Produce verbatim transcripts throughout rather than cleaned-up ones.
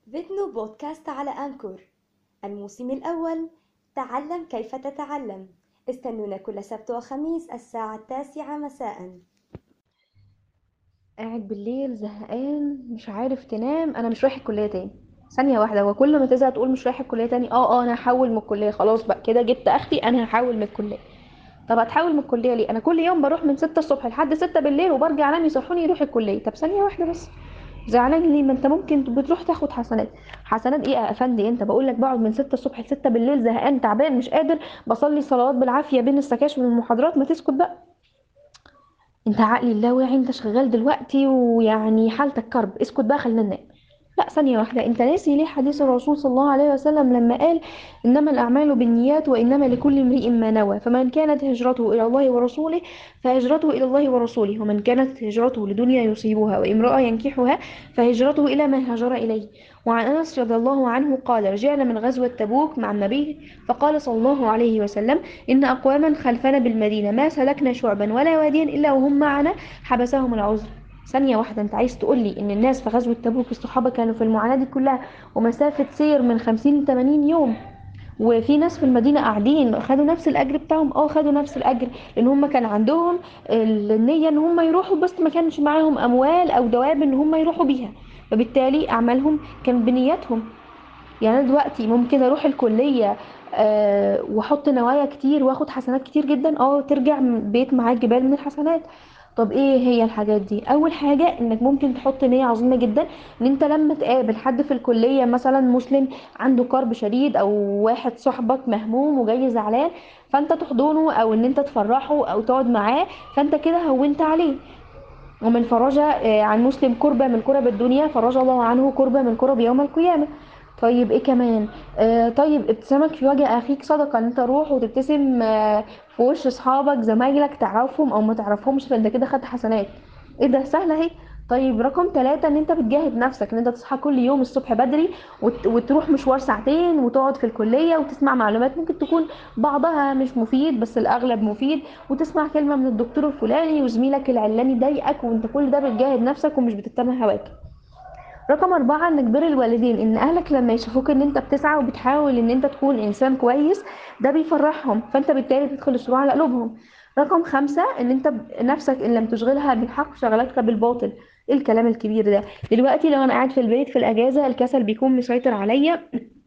فيديو بودكاست على أنكور. الموسم الأول، تعلم كيف تتعلم. استنونا كل سبت وخميس الساعة التاسعة مساء. قاعد بالليل زهقان مش عارف تنام. انا مش رايح الكليه تاني. ثانيه واحده، هو كل ما تزهق تقول مش رايح الكليه تاني؟ اه اه انا هحول من الكليه، خلاص بقى كده جبت اخري، انا هحول من الكليه. طب هتحول من الكليه ليه؟ انا كل يوم بروح من ستة الصبح لحد ستة بالليل وبرجع انام يصحوني يروح الكليه. طب ثانيه واحده بس، زعلان ليه؟ ما انت ممكن بتروح تاخد حسنات. حسنات ايه يا افندي؟ انت بقول لك بقعد من ستة الصبح ل ستة بالليل، زهقان تعبان مش قادر، بصلي صلوات بالعافيه بين السكاشن والمحاضرات. ما تسكت بقى. انت عقلي اللاواعي انت شغال دلوقتي ويعني حالتك كرب، اسكت بقى خلينا ننام. لا ثانية واحدة، انت ناسي ليه حديث الرسول صلى الله عليه وسلم لما قال انما الاعمال بالنيات وانما لكل امرئ ما نوى، فمن كانت هجرته الى الله ورسوله فهجرته الى الله ورسوله، ومن كانت هجرته لدنيا يصيبها وامرأة ينكحها فهجرته الى ما هاجر اليه. وعن انس رضي الله عنه قال رجعنا من غزوة تبوك مع النبي فقال صلى الله عليه وسلم إن أقواما خلفنا بالمدينة ما سلكنا شعبا ولا واديا إلا وهم معنا حبسهم العذر. ثانية واحدة، أنت عايز تقولي إن الناس في غزوة تبوك الصحابة كانوا في المعاناة دي كلها ومسافة سير من خمسين ل ثمانين يوم، وفي ناس في المدينة قاعدين خدوا نفس الأجر بتاعهم؟ اه خدوا نفس الأجر، لأن هم كان عندهم النية إن هم يروحوا، بس ما كانش معاهم أموال أو دواب إن هم يروحوا بيها، فبالتالي أعمالهم كان بنياتهم. يعني انا دلوقتي ممكن اروح الكليه أه واحط نوايا كتير واخد حسنات كتير جدا، اه ترجع من بيت معاك جبال من الحسنات. طب ايه هي الحاجات دي؟ اول حاجه انك ممكن تحط نيه عظيمه جدا ان انت لما تقابل حد في الكليه مثلا مسلم عنده كرب شديد، او واحد صاحبك مهموم وجاي زعلان، فانت تحضنه او ان انت تفرحه او تقعد معاه، فانت كده هونت عليه. ومن فرج آه، عن مسلم كربة من كرب الدنيا فرج الله عنه كربة من كرب يوم القيامة. طيب ايه كمان؟ آه طيب ابتسامك في وجه اخيك صدقة، ان انت روح وتبتسم آه في وش اصحابك زمايلك تعرفهم او ما تعرفهمش، فانت كده خدت حسنات. ايه ده؟ سهلة اهي. طيب رقم ثلاثة، ان انت بتجاهد نفسك، ان انت تصحى كل يوم الصبح بدري وت... وتروح مشوار ساعتين وتقعد في الكلية وتسمع معلومات ممكن تكون بعضها مش مفيد بس الاغلب مفيد، وتسمع كلمة من الدكتور الفلاني وزميلك العلاني ضايقك، وانت كل ده بتجاهد نفسك ومش بتتبع هواك. رقم أربعة، إنك بر الوالدين، إن أهلك لما يشوفوك إن أنت بتسعى وبتحاول إن أنت تكون إنسان كويس ده بيفرحهم، فأنت بالتالي بتدخل السرور على قلوبهم. رقم خمسة، إن أنت ب- نفسك إن لم تشغلها بالحق شغلتك بالباطل. إيه الكلام الكبير ده؟ دلوقتي لو أنا قاعد في البيت في الأجازة الكسل بيكون مسيطر عليا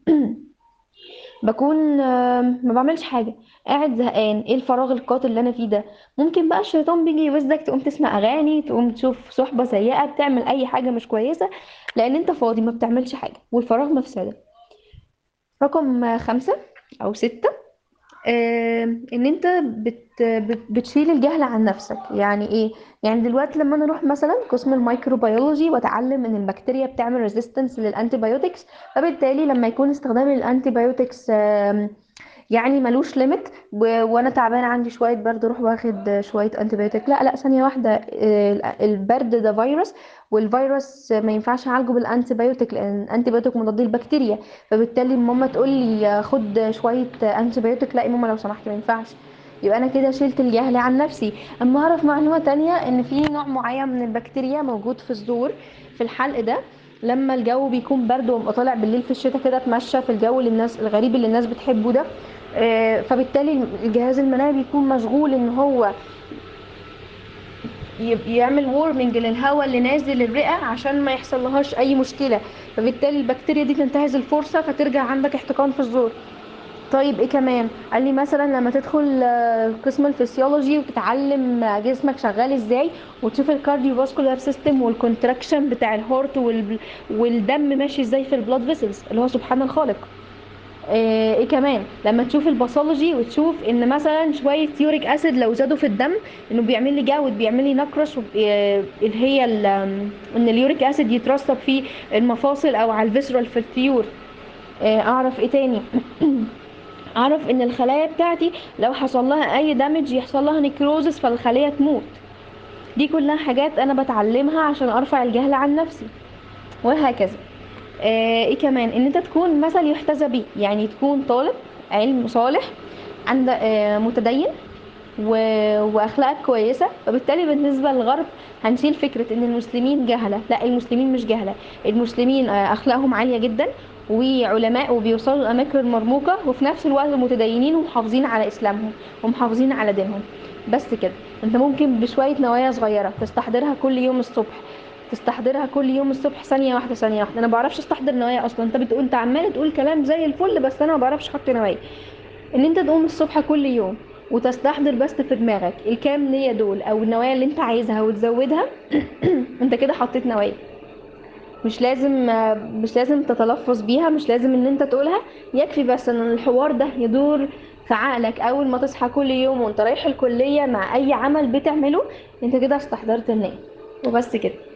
بكون آم، ما بعملش حاجة، قاعد زهقان، ايه الفراغ القاتل اللي انا فيه ده؟ ممكن بقى الشيطان بيجي يوزك تقوم تسمع اغاني، تقوم تشوف صحبة سيئة، بتعمل اي حاجة مش كويسة، لان انت فاضي ما بتعملش حاجة والفراغ مفسدة. رقم خمسة او ستة، آم، ان انت بت بت- بتشيل الجهل عن نفسك. يعني ايه؟ يعني دلوقتي لما انا اروح مثلا قسم الميكروبيولوجي واتعلم ان البكتيريا بتعمل ريزيستنس للانتيبيوتكس، فبالتالي لما يكون استخدام الانتيبيوتكس يعني ملوش ليميت و... وانا تعبانه عندي شويه برد اروح واخد شويه انتيبيوتيك، لا لا ثانيه واحده، ال- البرد ده فيروس، والفيروس ما ينفعش اعالجه بالانتيبيوتيك لان الانتيبيوتيك مضاد للبكتيريا، فبالتالي ماما تقول لي خد شويه انتيبيوتيك، لا يا ماما لو سمحت ما ينفعش. يبقى انا كده شلت الجهل عن نفسي. اما اعرف معلومه تانية ان في نوع معين من البكتيريا موجود في الزور في الحلق ده، لما الجو بيكون برد وابقى طالع بالليل في الشتاء كده اتمشى في الجو اللي الناس الغريب اللي الناس بتحبه ده، آه، فبالتالي الجهاز المناعي بيكون مشغول ان هو ي- يعمل وورمنج للهواء اللي نازل الرئة عشان ما يحصل لهاش اي مشكلة، فبالتالي البكتيريا دي تنتهز الفرصة فترجع عندك احتقان في الزور. طيب ايه كمان؟ قال لي مثلا لما تدخل آه، قسم الفسيولوجي وتتعلم آه، جسمك شغال ازاي وتشوف الكارديو فاسكولار سيستم والكونتراكشن بتاع الهارت وال... والدم ماشي ازاي في البلاد فيسلز اللي هو سبحان الخالق. آه، ايه كمان؟ لما تشوف الباثولوجي وتشوف ان مثلا شويه يوريك اسيد لو زادوا في الدم انه بيعمل لي جود، بيعمل لي نقرس، وب- آه، اللي هي ال- آم، ان اليوريك اسيد يترسب في المفاصل او على الفيسرال في الطيور. آه، اعرف ايه تاني؟ اعرف ان الخلايا بتاعتي لو حصل لها اي دامج يحصل لها نيكروزس فالخليه تموت. دي كلها حاجات انا بتعلمها عشان ارفع الجهل عن نفسي، وهكذا. آه، ايه كمان؟ ان انت تكون مثل يحتذى به، يعني تكون طالب علم صالح عند آه، متدين، و... واخلاقك كويسه، فبالتالي بالنسبه للغرب هنشيل فكره ان المسلمين جهله. لا، المسلمين مش جهله، المسلمين آه، اخلاقهم عاليه جدا وعلماء وبيوصلوا الاماكن المرموقه، وفي نفس الوقت متدينين ومحافظين على اسلامهم ومحافظين على دينهم. بس كده. انت ممكن بشويه نوايا صغيره تستحضرها كل يوم الصبح، تستحضرها كل يوم الصبح ثانيه واحده ثانيه واحده. انا ما بعرفش استحضر نوايا اصلا، انت بتقول، انت عمال تقول كلام زي الفل، بس انا ما بعرفش احط نوايا. ان انت تقوم الصبح كل يوم وتستحضر بس في دماغك الكام نية دول او النوايا اللي انت عايزها وتزودها. انت كده حطيت نوايا. مش لازم مش لازم تتلفظ بيها، مش لازم ان انت تقولها. يكفي بس ان الحوار ده يدور في عقلك اول ما تصحى كل يوم وانت رايح الكلية مع اي عمل بتعمله. انت كده استحضرت النية وبس كده.